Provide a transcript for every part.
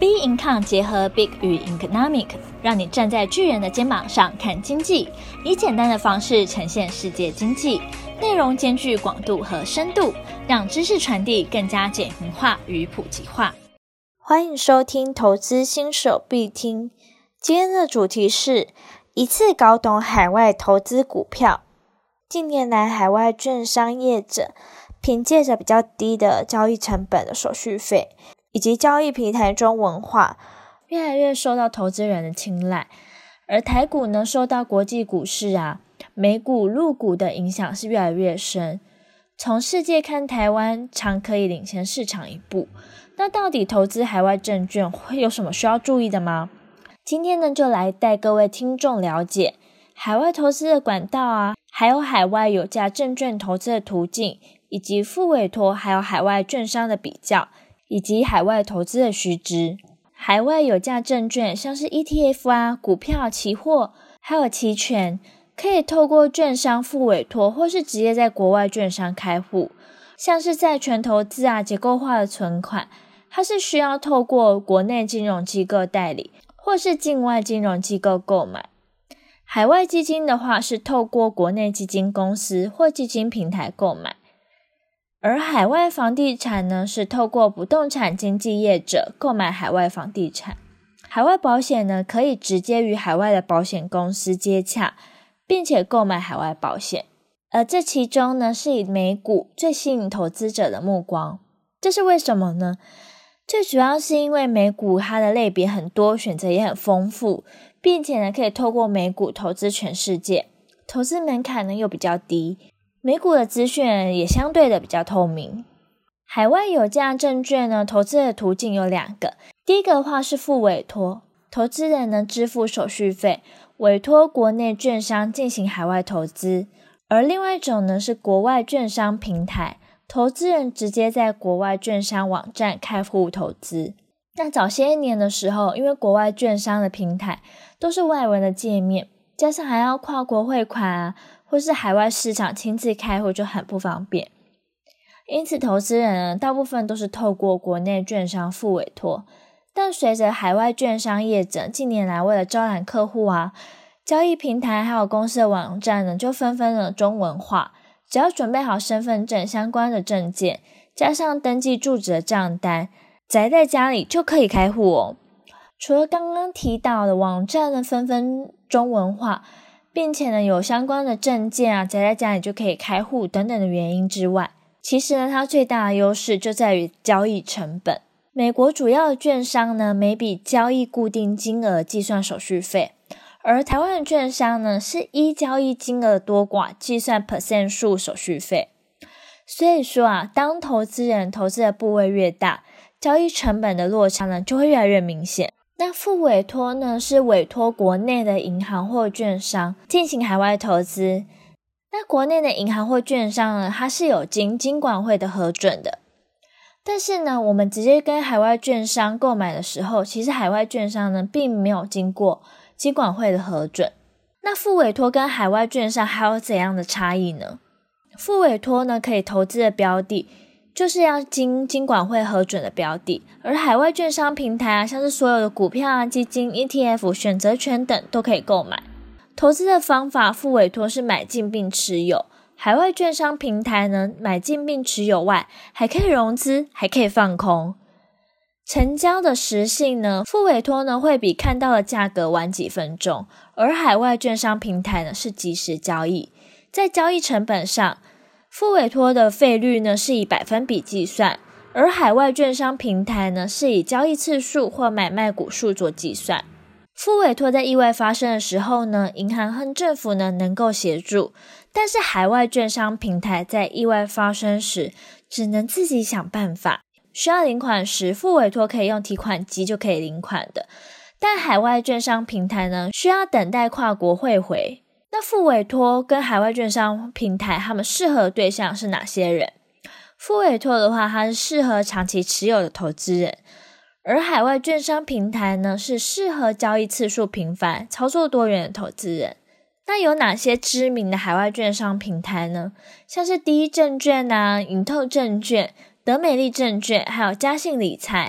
B Income 结合 Big 与 Economic， 让你站在巨人的肩膀上看经济，以简单的方式呈现世界经济，内容兼具广度和深度，让知识传递更加简明化与普及化。欢迎收听投资新手必听，今天的主题是一次搞懂海外投资股票。近年来，海外券商业者凭借着比较低的交易成本的手续费，以及交易平台中文化，越来越受到投资人的青睐。而台股呢，受到国际股市美股、陆股的影响是越来越深。从世界看台湾，常可以领先市场一步。那到底投资海外证券会有什么需要注意的吗？今天呢，就来带各位听众了解海外投资的管道还有海外有价证券投资的途径，以及副委托还有海外券商的比较，以及海外投资的须知。海外有价证券像是 ETF 股票、期货还有期权，可以透过券商副委托或是直接在国外券商开户。像是债权投资结构化的存款，它是需要透过国内金融机构代理或是境外金融机构购买。海外基金的话是透过国内基金公司或基金平台购买。而海外房地产呢，是透过不动产经纪业者购买海外房地产。海外保险呢，可以直接与海外的保险公司接洽，并且购买海外保险。而这其中呢，是以美股最吸引投资者的目光。这是为什么呢？最主要是因为美股它的类别很多，选择也很丰富，并且呢，可以透过美股投资全世界，投资门槛呢又比较低。美股的资讯也相对的比较透明。海外有价证券呢，投资的途径有两个。第一个的话是副委托，投资人呢支付手续费，委托国内券商进行海外投资。而另外一种呢是国外券商平台，投资人直接在国外券商网站开户投资。那早些年的时候，因为国外券商的平台都是外文的界面，加上还要跨国汇款或是海外市场亲自开户就很不方便，因此投资人呢大部分都是透过国内券商副委托。但随着海外券商业者近年来为了招揽客户交易平台还有公司的网站呢就纷纷的中文化，只要准备好身份证相关的证件，加上登记住址的账单，宅在家里就可以开户除了刚刚提到的网站呢纷纷中文化，并且呢有相关的证件宅在家里就可以开户等等的原因之外，其实呢它最大的优势就在于交易成本。美国主要的券商呢每笔交易固定金额计算手续费，而台湾的券商呢是依交易金额多寡计算 % 数手续费。所以说当投资人投资的部位越大，交易成本的落差呢就会越来越明显。那副委托呢是委托国内的银行或券商进行海外投资。那国内的银行或券商呢，它是有经金管会的核准的。但是呢，我们直接跟海外券商购买的时候，其实海外券商呢并没有经过金管会的核准。那副委托跟海外券商还有怎样的差异呢？副委托呢可以投资的标的就是要经金管会核准的标的，而海外券商平台像是所有的股票基金、ETF、选择权等都可以购买。投资的方法，副委托是买进并持有，海外券商平台呢买进并持有外，还可以融资，还可以放空。成交的时性呢，副委托呢会比看到的价格晚几分钟，而海外券商平台呢是即时交易。在交易成本上，副委托的费率呢是以百分比计算，而海外券商平台呢是以交易次数或买卖股数做计算。副委托在意外发生的时候呢，银行和政府呢能够协助，但是海外券商平台在意外发生时只能自己想办法。需要领款时，副委托可以用提款机就可以领款的，但海外券商平台呢需要等待跨国汇回。那副委托跟海外券商平台他们适合的对象是哪些人？副委托的话，它是适合长期持有的投资人，而海外券商平台呢是适合交易次数频繁、操作多元的投资人。那有哪些知名的海外券商平台呢？像是第一证券、盈透证券、德美利证券还有嘉信理财。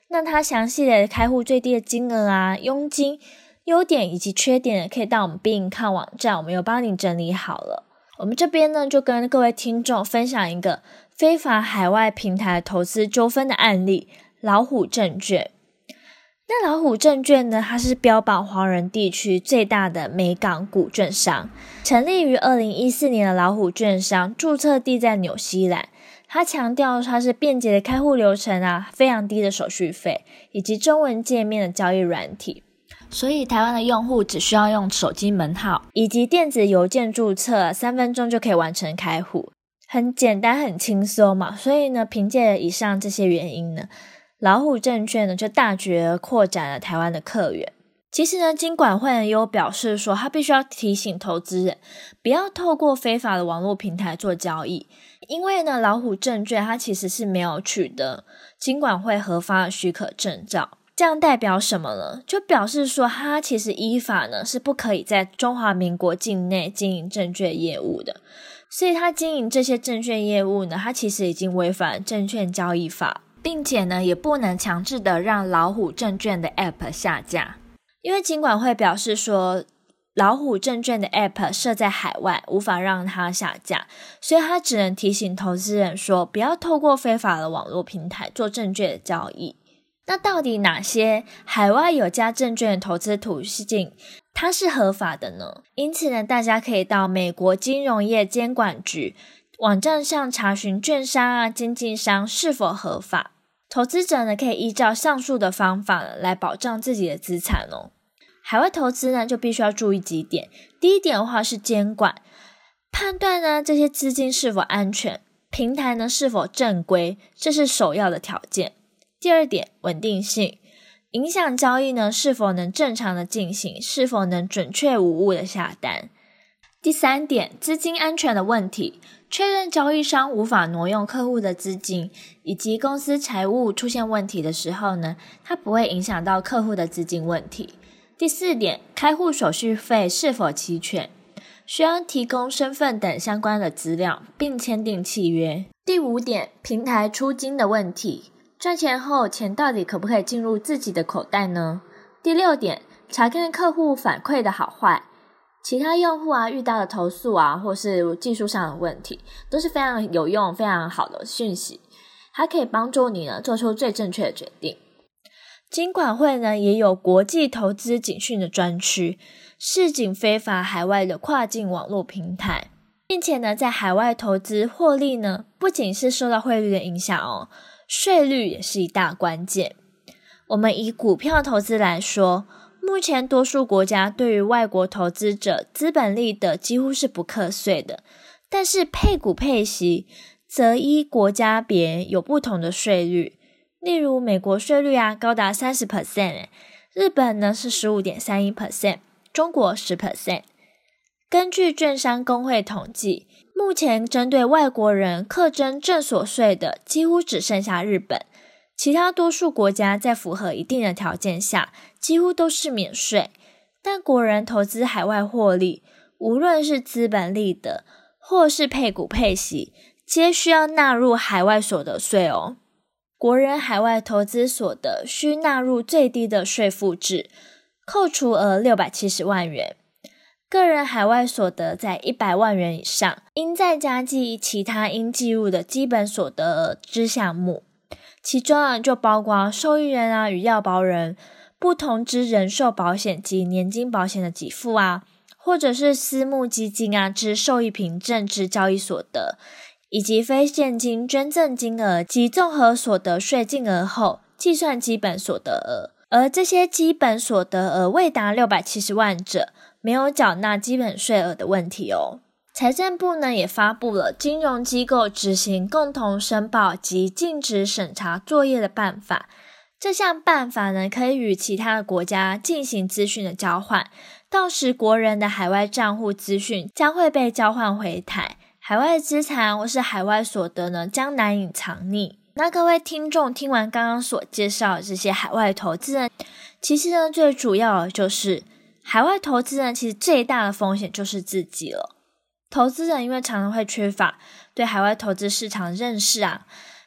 那它详细的开户最低的金额啊、佣金、优点以及缺点可以到我们 Big-Income 网站，我们有帮你整理好了。我们这边呢就跟各位听众分享一个非法海外平台投资纠纷的案例，老虎证券。那老虎证券呢，它是标榜华人地区最大的美港股券商，成立于2014年的老虎券商，注册地在纽西兰。它强调它是便捷的开户流程啊，非常低的手续费，以及中文界面的交易软体。所以台湾的用户只需要用手机门号以及电子邮件注册，3分钟就可以完成开户，很简单很轻松嘛。所以呢，凭借以上这些原因呢，老虎证券呢就大举扩展了台湾的客源。其实呢，金管会呢也有表示说，他必须要提醒投资人不要透过非法的网络平台做交易，因为呢，老虎证券它其实是没有取得金管会核发的许可证照。这样代表什么呢？就表示说它其实依法呢是不可以在中华民国境内经营证券业务的，所以它经营这些证券业务呢，它其实已经违反了证券交易法，并且呢也不能强制的让老虎证券的 App 下架。因为金管会表示说，老虎证券的 App 设在海外，无法让它下架，所以它只能提醒投资人说，不要透过非法的网络平台做证券的交易。那到底哪些海外有价证券的投资途径它是合法的呢？因此呢，大家可以到美国金融业监管局网站上查询券商啊、经纪商是否合法。投资者呢，可以依照上述的方法来保障自己的资产哦。海外投资呢，就必须要注意几点。第一点的话是监管，判断呢这些资金是否安全，平台呢是否正规，这是首要的条件。第二点，稳定性，影响交易呢是否能正常的进行，是否能准确无误的下单。第三点，资金安全的问题，确认交易商无法挪用客户的资金，以及公司财务出现问题的时候呢，它不会影响到客户的资金问题。第四点，开户手续费是否齐全，需要提供身份等相关的资料，并签订契约。第五点，平台出金的问题，赚钱后钱到底可不可以进入自己的口袋呢？第六点，查看客户反馈的好坏，其他用户啊遇到的投诉啊，或是技术上的问题，都是非常有用、非常好的讯息，它可以帮助你呢做出最正确的决定。金管会呢也有国际投资警讯的专区，示警非法海外的跨境网络平台，并且呢在海外投资获利呢，不仅是受到汇率的影响哦，税率也是一大关键。我们以股票投资来说，目前多数国家对于外国投资者资本利得几乎是不课税的，但是配股配息则依国家别有不同的税率。例如美国税率啊高达 30%， 日本呢是 15.31%， 中国 10%。 根据券商公会统计，目前针对外国人课征证所税的几乎只剩下日本，其他多数国家在符合一定的条件下几乎都是免税。但国人投资海外获利，无论是资本利得或是配股配息，皆需要纳入海外所得税哦。国人海外投资所得需纳入最低的税负制，扣除额670万元。个人海外所得在100万元以上，应再加计其他应计入的基本所得额之项目，其中就包括受益人啊与要保人、不同之人寿保险及年金保险的给付啊，或者是私募基金啊之受益凭证之交易所得，以及非现金捐赠金额及综合所得税净额后计算基本所得额，而这些基本所得额未达670万者，没有缴纳基本税额的问题哦。财政部呢也发布了金融机构执行共同申报及尽职审查作业的办法，这项办法呢可以与其他的国家进行资讯的交换，到时国人的海外账户资讯将会被交换回台，海外资产或是海外所得呢将难以藏匿。那各位听众听完刚刚所介绍的这些海外投资呢，其实呢最主要的就是海外投资人其实最大的风险就是自己了。投资人因为常常会缺乏对海外投资市场的认识啊，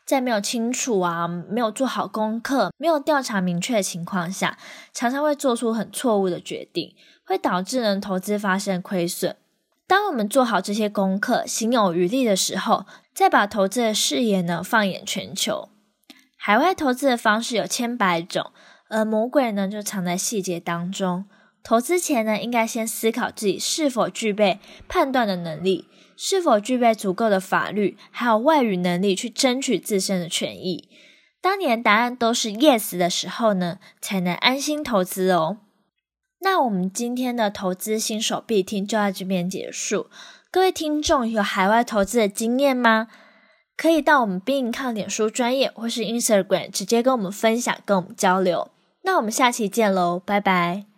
在没有清楚没有做好功课，没有调查明确的情况下，常常会做出很错误的决定，会导致呢投资发生亏损。当我们做好这些功课，行有余力的时候，再把投资的视野呢放眼全球。海外投资的方式有千百种，而魔鬼呢就藏在细节当中。投资前呢，应该先思考自己是否具备判断的能力，是否具备足够的法律还有外语能力去争取自身的权益。当你的答案都是 yes 的时候呢，才能安心投资哦。那我们今天的投资新手必听就到这边结束。各位听众有海外投资的经验吗？可以到我们冰盈康脸书专页或是 Instagram 直接跟我们分享，跟我们交流。那我们下期见咯，拜拜。